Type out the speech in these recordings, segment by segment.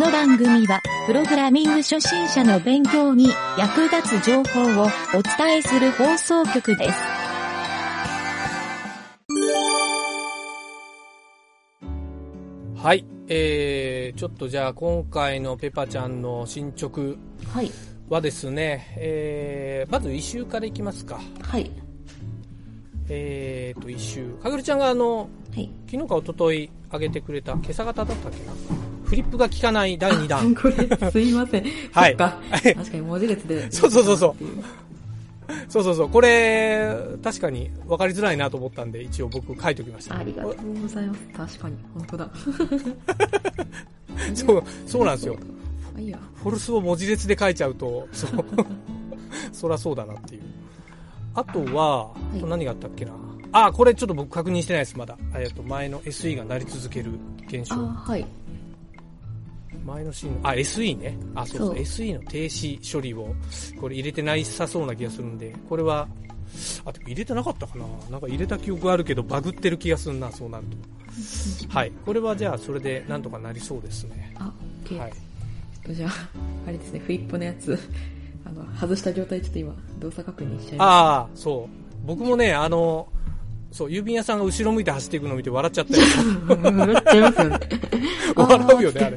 の番組は、プログラミング初心者の勉強に役立つ情報をお伝えする放送局です。 はい、ちょっとじゃあ今回のペパちゃんの進捗はですね、まず1週からいきますか。 はい。 1週。かぐるちゃんが昨日か一昨日上げてくれた、今朝方だったっけな。フリップが効かない第2弾。 これ、すいません。 はい。 そっか。確かに文字列で。 そう。これ、確かに分かりづらいなと思ったんで、一応僕書いておきました。 ありがとうございます。確かに。本当だ。 そうなんですよ。 いいや。 フォルスを文字列で書いちゃうと、そらそうだなっていう。あとは、何があったっけな。これちょっと僕確認してないです、まだ。前の SE が鳴り続ける現象。 はい。 前のシーン、SE ね。そう。SE の停止処理を、これ入れてないさそうな気がするんで、これは、でも入れてなかったかな。なんか入れた記憶あるけど、バグってる気がするな、そうなると。はい。これはじゃあ、それでなんとかなりそうですね。 OK。 はい。 じゃあ、あれですね、フリップのやつ、外した状態ちょっと今、動作確認しちゃいます。そう。僕もね、そう、郵便屋さんが後ろ向いて走っていくのを見て笑っちゃったよ。 笑っちゃいますよね。 笑うよね、あれ。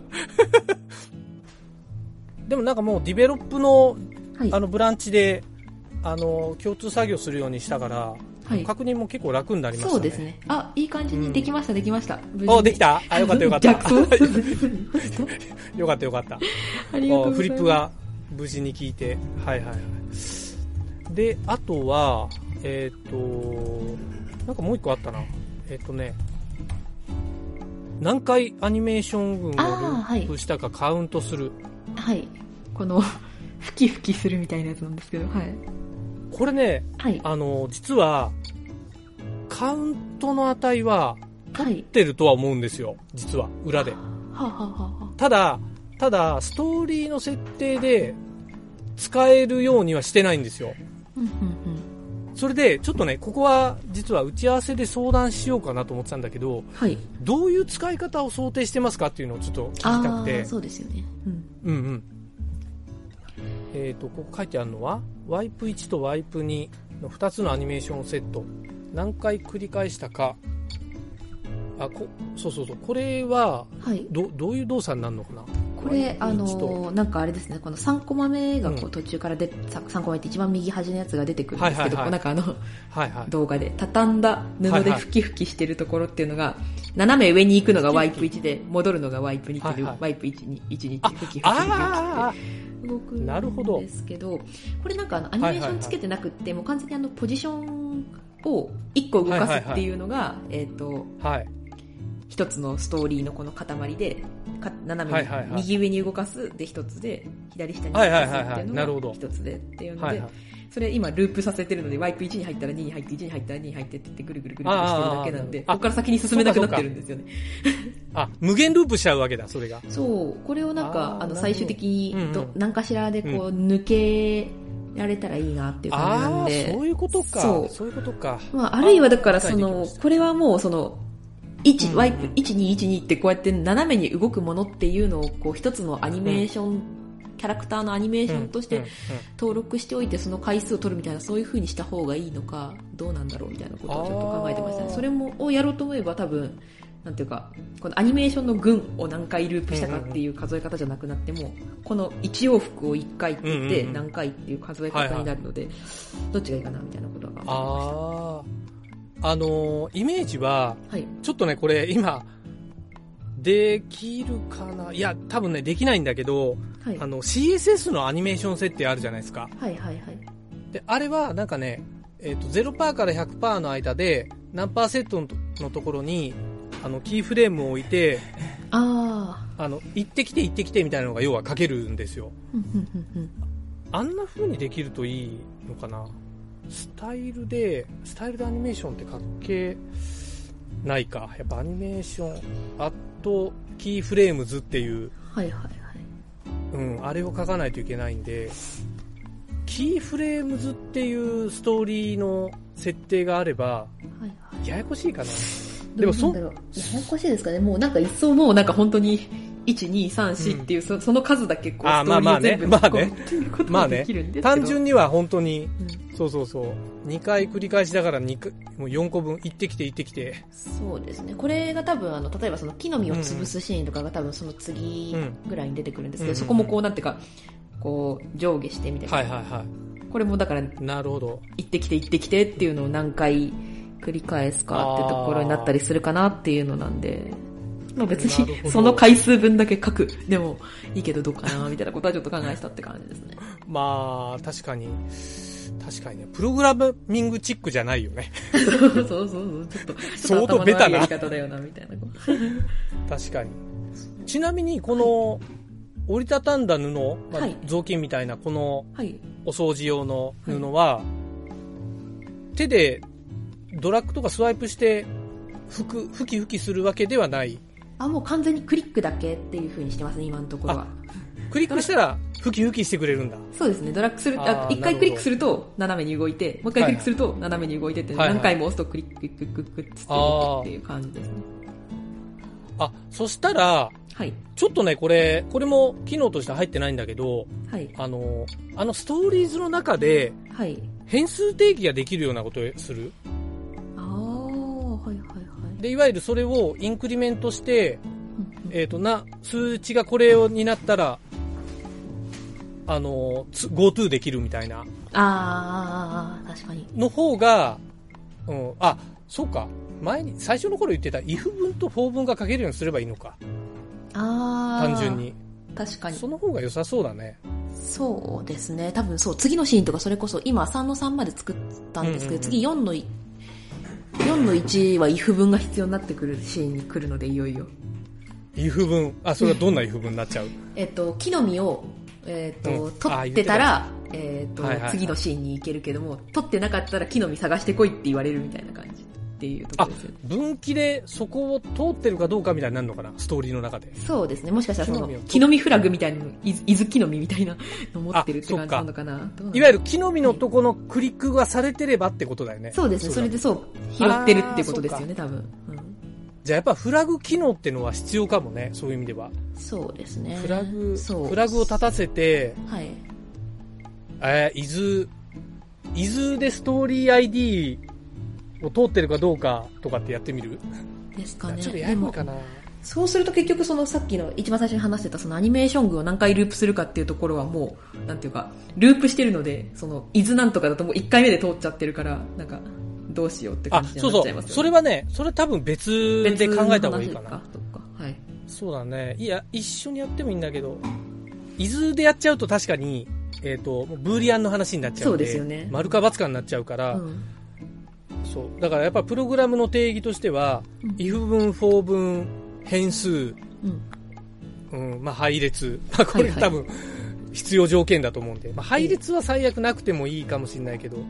でもなんかもうディベロップの、ブランチで、共通作業するようにしたから、確認も結構楽になりましたね。 そうですね。いい感じにできました、できました。 できた？よかったよかった。 逆走よかったよかった。 ありがとうございます。 フリップが無事に効いて。はい。で、あとは、なんかもう一個あったな。何回アニメーション群をループしたかカウントする。 はい。この、ふきふきするみたいなやつなんですけど、はい。 これね、実は、カウントの値は、取ってるとは思うんですよ。実は、裏で。ただ、ストーリーの設定で、使えるようにはしてないんですよ。それで、ちょっとね、ここは実は打ち合わせで相談しようかなと思ってたんだけど、どういう使い方を想定してますかっていうのをちょっと聞きたくて。 そうですよね。 ここ書いてあるのは、ワイプ1とワイプ2の2つのアニメーションセット。何回繰り返したか。そう。これは、どういう動作になるのかな？ これ、なんかあれですね、この3コマ目がこう途中から3コマ目って一番右端のやつが出てくるんですけど、なんか動画で、畳んだ布でふきふきしてるところっていうのが、斜め上に行くのがワイプ1で、戻るのがワイプ2っていう、ワイプ1、2、1、2ってふきふきって動くんですけど、これなんかアニメーションつけてなくって、もう完全にポジションを1個動かすっていうのが、一つのストーリーのこの塊で、斜めに右上に動かすで一つで、左下に動かすっていうのが一つでっていうので、それ今ループさせてるので、ワイプ1に入ったら2に入って、1に入ったら2に入ってって言ってぐるぐるしてるだけなんで、ここから先に進めなくなってるんですよね。 無限ループしちゃうわけだ、それが。 そう、これをなんか、最終的に何かしらでこう抜けられたらいいなっていう感じなんで。 そういうことか。そういうことか。 あるいはだからこれはもうワイプ1212ってこうやって斜めに動くものっていうのをこう一つのアニメーション、キャラクターのアニメーションとして登録しておいてその回数を取るみたいな、そういう風にした方がいいのかどうなんだろうみたいなことをちょっと考えてましたね。それをやろうと思えば多分なんていうか、このアニメーションの群を何回ループしたかっていう数え方じゃなくなっても、この1往復を1回って言って何回っていう数え方になるので、どっちがいいかなみたいなことが考えてました。 イメージは、ちょっとね、これ今、できるかな？いや、多分ね、できないんだけど、CSS のアニメーション設定あるじゃないですか。で、あれは、なんかね、0% から 100% の間で、何%のところに、キーフレームを置いて、行ってきて行ってきてみたいなのが要は書けるんですよ。あんな風にできるといいのかな？スタイルでアニメーションって書けないか。やっぱアニメーション、キーフレームズっていう、あれを書かないといけないんで、キーフレームズっていうストーリーの設定があれば、ややこしいかな。 でもややこしいですかね。もうなんか一層もうなんか本当に 1234っていう、その数だけこうストーリーを全部まあねっていうことができるんですけど、 単純には本当に、そう2回繰り返しだからもう4個分行ってきてそうですね。これが多分例えばその木の実を潰すシーンとかが多分その次ぐらいに出てくるんですけど、そこもこうなんていうかこう上下してみたいな、これもだからなるほど、 行ってきてっていうのを何回繰り返すかってところになったりするかなっていうのなんで、まあ別にその回数分だけ書くでもいいけどどうかなみたいなことはちょっと考えたって感じですね。 まあ確かにね、プログラミングチックじゃないよね。 そうちょっと相当ベタなやり方だよなみたいな確かに。ちなみにこの折りたたんだ布、雑巾みたいなこのお掃除用の布は、手でドラッグとかスワイプして拭きするわけではない。 もう完全にクリックだけっていう風にしてますね、今のところは。 クリックしたら拭きしてくれるんだ。 そうですね。ドラッグする、一回クリックすると斜めに動いて、もう一回クリックすると斜めに動いてって、何回も押すとクリックっていう感じですね。 そしたら、ちょっとね、これも機能として入ってないんだけど、あのストーリーズの中で、変数定義ができるようなことをする。で、いわゆるそれをインクリメントして、数値がこれになったら、GoTo できるみたいな。 確かに。 の方が、そうか。最初の頃言ってた if 文と for 文が書けるようにすればいいのか。単純に。 確かに。 その方が良さそうだね。 そうですね。多分そう、次のシーンとかそれこそ、今3の3まで作ったんですけど、次4の1は if 文が必要になってくるシーンに来るので、いよいよ。 if 文、それはどんな if 文になっちゃう？ 木の実を、取ってたら、次のシーンに行けるけども、取ってなかったら木の実探してこいって言われるみたいな感じっていうところですよね。 分岐でそこを通ってるかどうかみたいになるのかな、ストーリーの中で。 そうですね。もしかしたらその木の実フラグみたいなの、伊豆木の実みたいなの持ってるって感じなのかな。 いわゆる木の実のとこのクリックがされてればってことだよね。 そうですね。それで拾ってるってことですよね、多分。 じゃあやっぱフラグ機能ってのは必要かもね、そういう意味では。 そうですね。 フラグを立たせて、伊豆でストーリー ID を通ってるかどうかとかってやってみる？ ですかね。 ちょっとやるのかな。 そうすると結局そのさっきの一番最初に話してたそのアニメーション群を何回ループするかっていうところはもう、なんていうか、ループしてるので、その伊豆なんとかだともう1回目で通っちゃってるから、なんか、どうしようって感じになっちゃいますよね。 それはね、それ多分別で考えた方がいいかな。そうだね。いや、一緒にやってもいいんだけど、伊豆でやっちゃうと確かに、ブーリアンの話になっちゃうんで、 そうですよね。 丸か×かになっちゃうから、そう。だからやっぱプログラムの定義としては、if 文、for 文、変数、配列。これが多分、必要条件だと思うんで、配列は最悪なくてもいいかもしれないけど、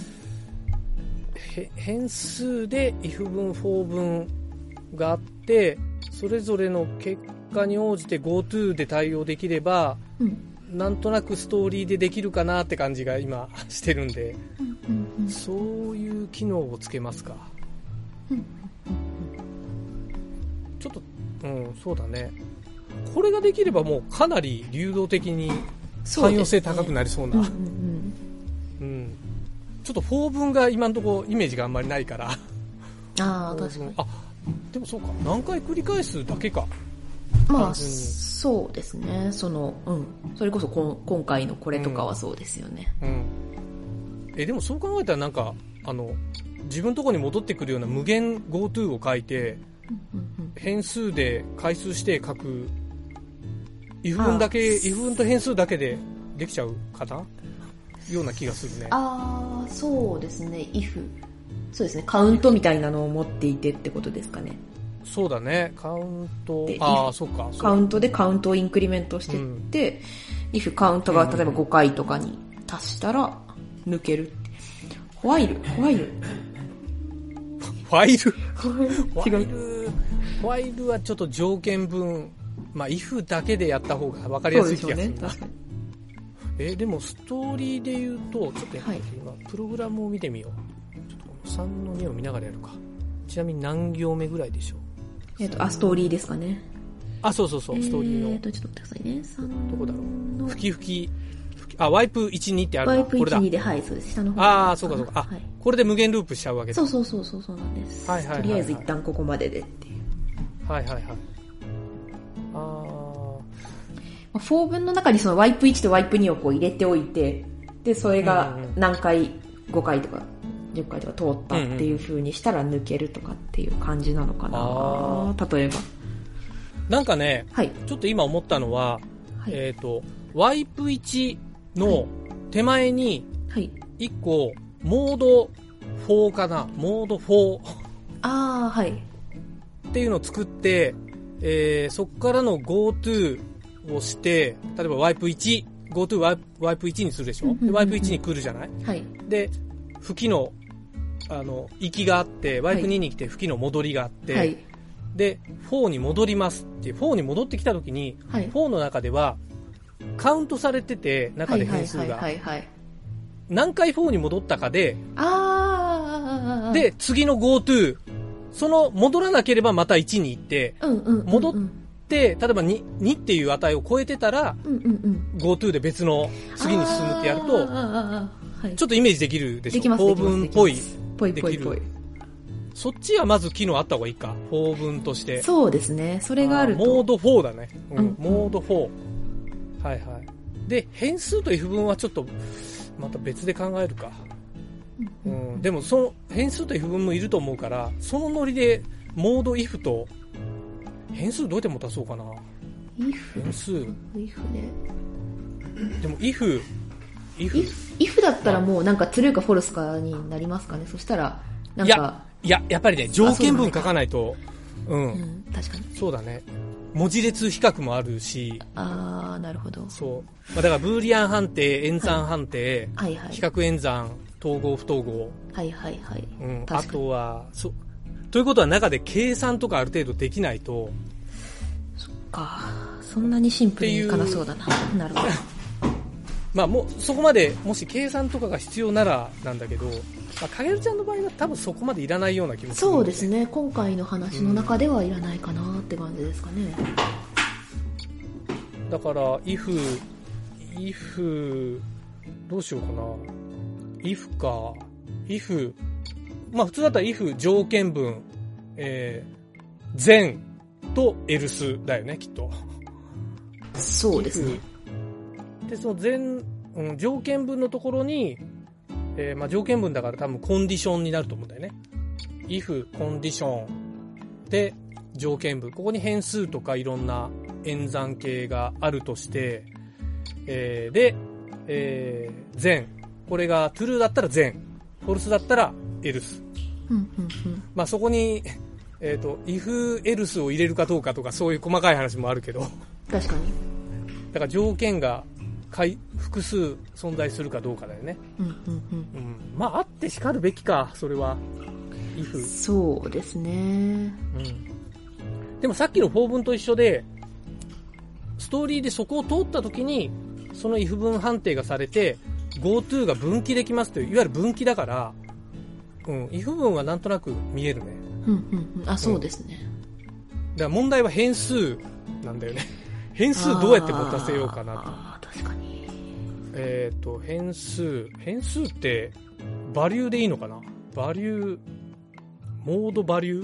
変数で if 文 for 文があってそれぞれの結果に応じて GoTo で対応できれば、なんとなくストーリーでできるかなって感じが今してるんで、そういう機能をつけますか。ちょっとそうだね。これができればもうかなり流動的に汎用性高くなりそうな。ちょっと4文が今のところイメージがあんまりないから。 確かに。 でもそうか。何回繰り返すだけか。 そうですね。それこそ今回のこれとかはそうですよね。 でもそう考えたらなんか、自分のところに戻ってくるような無限 GoTo を書いて、変数で回数して書く、if 文と変数だけでできちゃうかなような気がするね。 そうですね。そうですね。カウントみたいなのを持っていてってことですかね。 そうだね。カウント。そうか。 カウントでカウントをインクリメントしていって、if カウントが例えば5回とかに達したら抜ける。ホワイルはちょっと条件分、if だけでやった方が分かりやすい気がするな。 そうでしょうね。確かに。 でもストーリーで言うと、ちょっと今プログラムを見てみよう。ちょっと3の2を見ながらやるか。ちなみに何行目ぐらいでしょう？ ストーリーですかね。 そうそうそう、ストーリーの。 ちょっと待ってくださいね。 どこだろう。吹き。ワイプ1、2ってあるな。 ワイプ1、2で、はい、そうです。下の方。そうかそうか。これで無限ループしちゃうわけだ。 そうなんです。はいはいはい。とりあえず一旦ここまででっていう。 はいはいはい。 4分の中にそのワイプ1とワイプ2をこう入れておいて、で、それが何回、5回とか10回とか通ったっていう風にしたら抜けるとかっていう感じなのかな、例えば。 なんかね、ちょっと今思ったのは、ワイプ1の手前に、1個、モード4かな、モード4。 はい。 っていうのを作って、そこからの GoTo をして、例えばワイプ1、GoTo ワイプ1にするでしょ、でワイプ1に来るじゃない、で、吹きの、行きがあって、ワイプ2に来て吹きの戻りがあって、で、4に戻りますっていう、4に戻ってきたときに、4の中では、カウントされてて、中で変数が。何回4に戻ったかで、で、次の GoTo、その戻らなければまた1に行って、戻って、例えば 2っていう値を超えてたら、GoTo で別の次に進むってやると、ちょっとイメージできるでしょ。4分っぽい。できる。そっちはまず機能あった方がいいか。4分として。 そうですね。それがあると。 モード4だね。モード4。はいはい。で、変数と if 分はちょっと、また別で考えるか。でも、その変数と if 分もいると思うから、そのノリで、モード if と、変数どうやって持たそうかな。変数。 if ね。 でも、if だったらもうなんか true か false かになりますかね。そしたら、なんか。 いや、やっぱりね、条件文書かないと、 確かに。 そうだね。文字列比較もあるし。 なるほど。 そう。だから、ブーリアン判定、演算判定、比較演算、統合不統合。あとは、ということは中で計算とかある程度できないと。 そっか。そんなにシンプルにいかなそうだな。なるほど。 まあもう、そこまで、もし計算とかが必要ならなんだけど、かげるちゃんの場合は多分そこまでいらないような気もする。 そうですね。今回の話の中ではいらないかなって感じですかね。 だから、if、どうしようかな。if か。if、まあ普通だったら if 条件文、then と else だよね、きっと。 そうですね。 で、そのthen、条件文のところに、まあ条件文だから多分コンディションになると思うんだよね。if コンディションで条件文。ここに変数とかいろんな演算系があるとして、で、then。これが true だったら then。false だったら else。まあそこに、if else を入れるかどうかとかそういう細かい話もあるけど。 確かに。 だから条件が複数存在するかどうかだよね。まああってしかるべきか、それは。if。 そうですね。 でもさっきのfor文と一緒で、ストーリーでそこを通った時に、その if 文判定がされて、GoTo が分岐できますという、いわゆる分岐だから、if 文はなんとなく見えるね。 そうですね。 だから問題は変数なんだよね。変数どうやって持たせようかなと。 確かに。 変数って、バリューでいいのかな？バリュー、モードバリュー？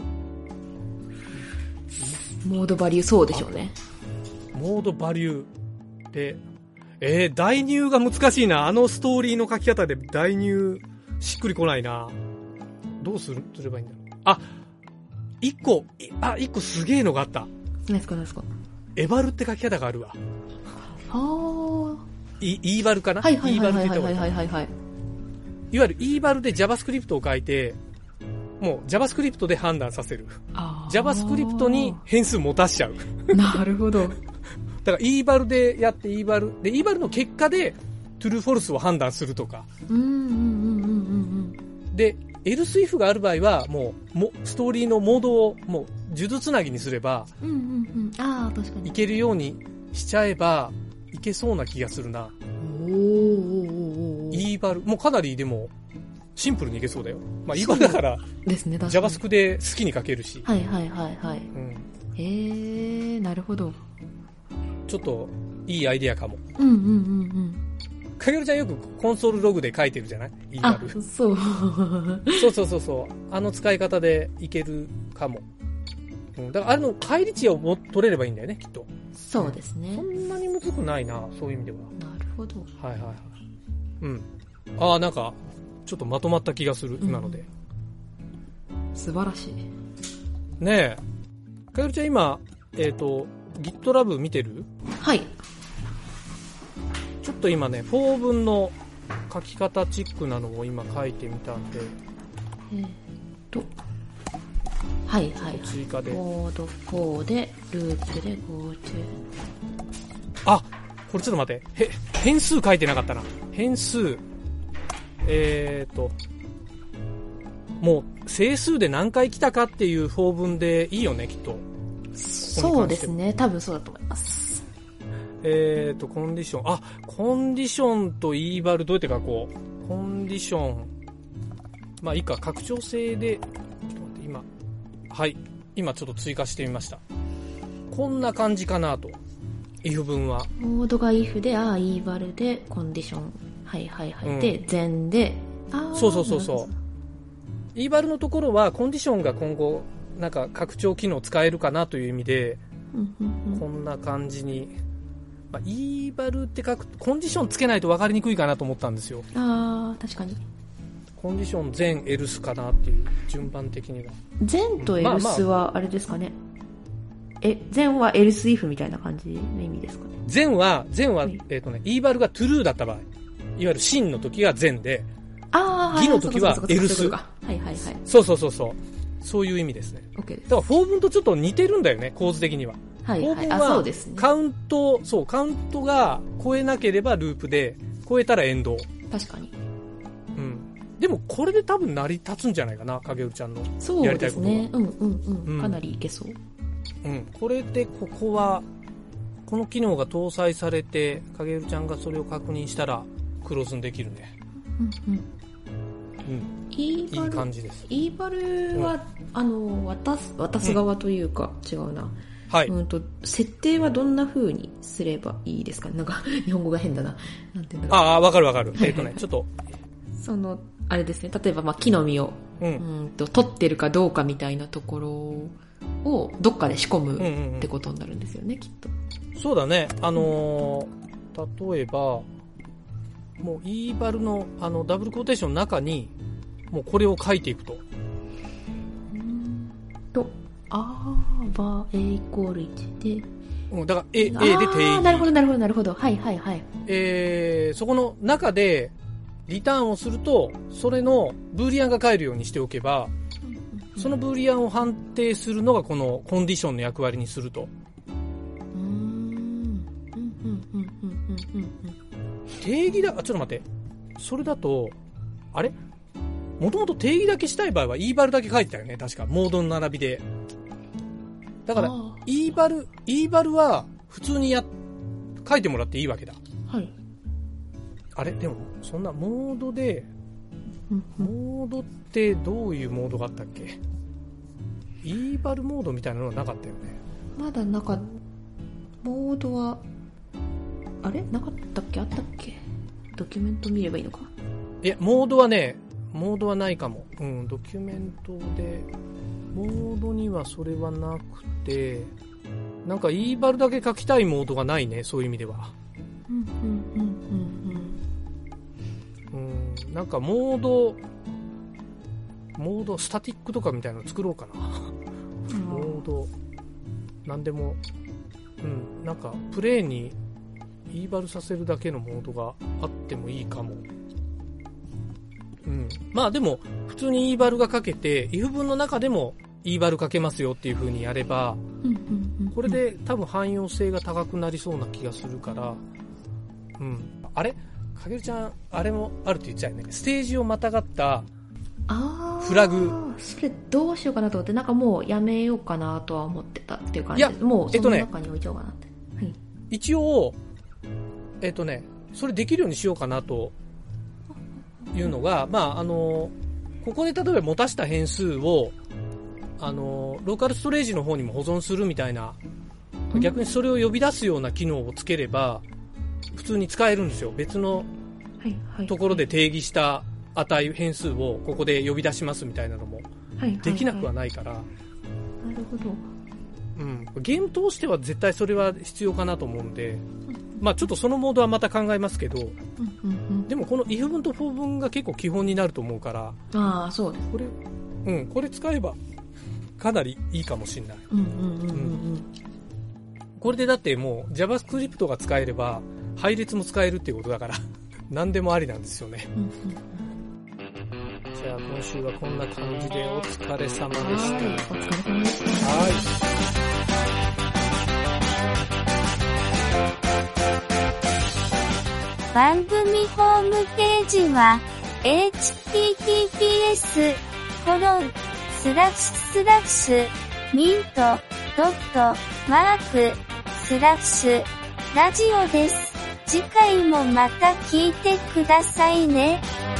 モードバリュー、そうでしょうね。 モードバリューで、代入が難しいな。あのストーリーの書き方で代入しっくりこないな。どうすればいいんだろう。一個すげえのがあった。 何ですかエバルって書き方があるわ。イーバルかな？ はい。いわゆるイーバルで JavaScript を書いて、もう JavaScript で判断させる。JavaScript に変数持たしちゃう。 なるほど。 だからイーバルでやってイーバルの結果で True False を判断するとか。で、else if がある場合はもうストーリーのモードをもう数珠つなぎにすれば、 確かに。 いけるようにしちゃえばいけそうな気がするな。イーバルもうかなりでもシンプルにいけそうだよ。まあイーバルだからですね。 JavaScript で好きに書けるし。 なるほど。 ちょっといいアイディアかも。 うんうんうんうん。 かげるちゃんよくコンソールログで書いてるじゃない？イーバル。 そう。 そう。あの使い方でいけるかも。だからあれの返り値を取れればいいんだよね、きっと。 そうですね。 そんなにむずくないな、そういう意味では。 なるほど。 はい。うん。ああ、なんか、ちょっとまとまった気がする、今ので。 素晴らしい。 ねえ。かげるちゃん今、GitLab 見てる？ はい。 ちょっと今ね、4分の書き方チックなのを今書いてみたんで。 はい。 追加で。 コード4で、ループで GoTo。 あ、これちょっと待って。変数書いてなかったな。変数。もう、整数で何回来たかっていう4分でいいよね、きっと。 そうですね。多分そうだと思います。 コンディション。あ、コンディションとイーバルどうやって書こう。コンディション。まあいいか、拡張性で、ちょっと待って、今。はい。今ちょっと追加してみました。こんな感じかなと。if 文は。 モードが if で、イーバルで、コンディション。はい。で、全で、 そう。イーバルのところは、コンディションが今後、なんか拡張機能使えるかなという意味で、こんな感じに。まあ、イーバルって書くコンディションつけないと分かりにくいかなと思ったんですよ。 確かに。 コンディション全エルスかなっていう順番的には。 全とエルスはあれですかね。全はエルスイフみたいな感じの意味ですかね。 全は、イーバルがトゥルーだった場合、いわゆる真の時が全で、偽の時はエルス。 はい。 そう。そういう意味ですね。 OK です。 だから4分とちょっと似てるんだよね、構図的には。 はい。 4分はそうですね。 カウントが超えなければループで、超えたらエンド。 確かに。 うん。でもこれで多分成り立つんじゃないかな、影るちゃんのやりたいことは。 そうですね。うん。かなりいけそう。 うん。これでここは、この機能が搭載されて、影るちゃんがそれを確認したら、クローズにできるね。いい感じです。 イーバルは、渡す側というか、違うな。 はい。 設定はどんな風にすればいいですかね。なんか、日本語が変だな。なんていうんだろう。 わかる。ちょっと。 あれですね。例えば、木の実を、取ってるかどうかみたいなところを、どっかで仕込むってことになるんですよね、きっと。 そうだね。例えば、もう、イーバルの、ダブルコーテーションの中に、もうこれを書いていくと。 A イコール1で。 だから、A で定義。 なるほど。はい。 そこの中で、リターンをすると、それのブーリアンが返るようにしておけば、そのブーリアンを判定するのがこのコンディションの役割にすると。定義だ、ちょっと待って。それだと、あれ？もともと定義だけしたい場合は、イーバルだけ書いてたよね、確か。モードの並びで。だから、イーバルは、普通に書いてもらっていいわけだ。 はい。 あれでも、そんな、モードで、モードってどういうモードがあったっけ？イーバルモードみたいなのはなかったよね。まだなかった。 モードは、あれなかったっけ？あったっけ？ドキュメント見ればいいのか？ いや、モードはないかも。ドキュメントで、モードにはそれはなくて、なんかイーバルだけ書きたいモードがないね、そういう意味では。なんかモード、スタティックとかみたいなの作ろうかな。モード、なんでも、なんかプレイにイーバルさせるだけのモードがあってもいいかも。まあでも、普通にイーバルが書けて、if 文の中でもイーバル書けますよっていう風にやれば、これで多分汎用性が高くなりそうな気がするから、あれ？かげるちゃん、あれもあるって言っちゃうね。ステージをまたがったフラグ。 それどうしようかなと思って、なんかもうやめようかなとは思ってたっていう感じで。いや、もうその中に置いちゃおうかなって。はい、 一応、それできるようにしようかなというのが、ここで例えば持たした変数を、 ローカルストレージの方にも保存するみたいな、逆にそれを呼び出すような機能をつければ普通に使えるんですよ。別のところで定義した値変数をここで呼び出しますみたいなのもできなくはないから、なるほど、 ゲーム通しては絶対それは必要かなと思うんで、まあちょっとそのモードはまた考えますけど、でもこの if 文と for 文が結構基本になると思うから、 そうです。 これ使えばかなりいいかもしれない。これでだってもう JavaScript が使えれば配列も使えるっていうことだから何でもありなんですよね。じゃあ今週はこんな感じでお疲れ様でした。 お疲れ様でした。 番組ホームページは https://mint.mark/ラジオです。次回もまた聞いてくださいね。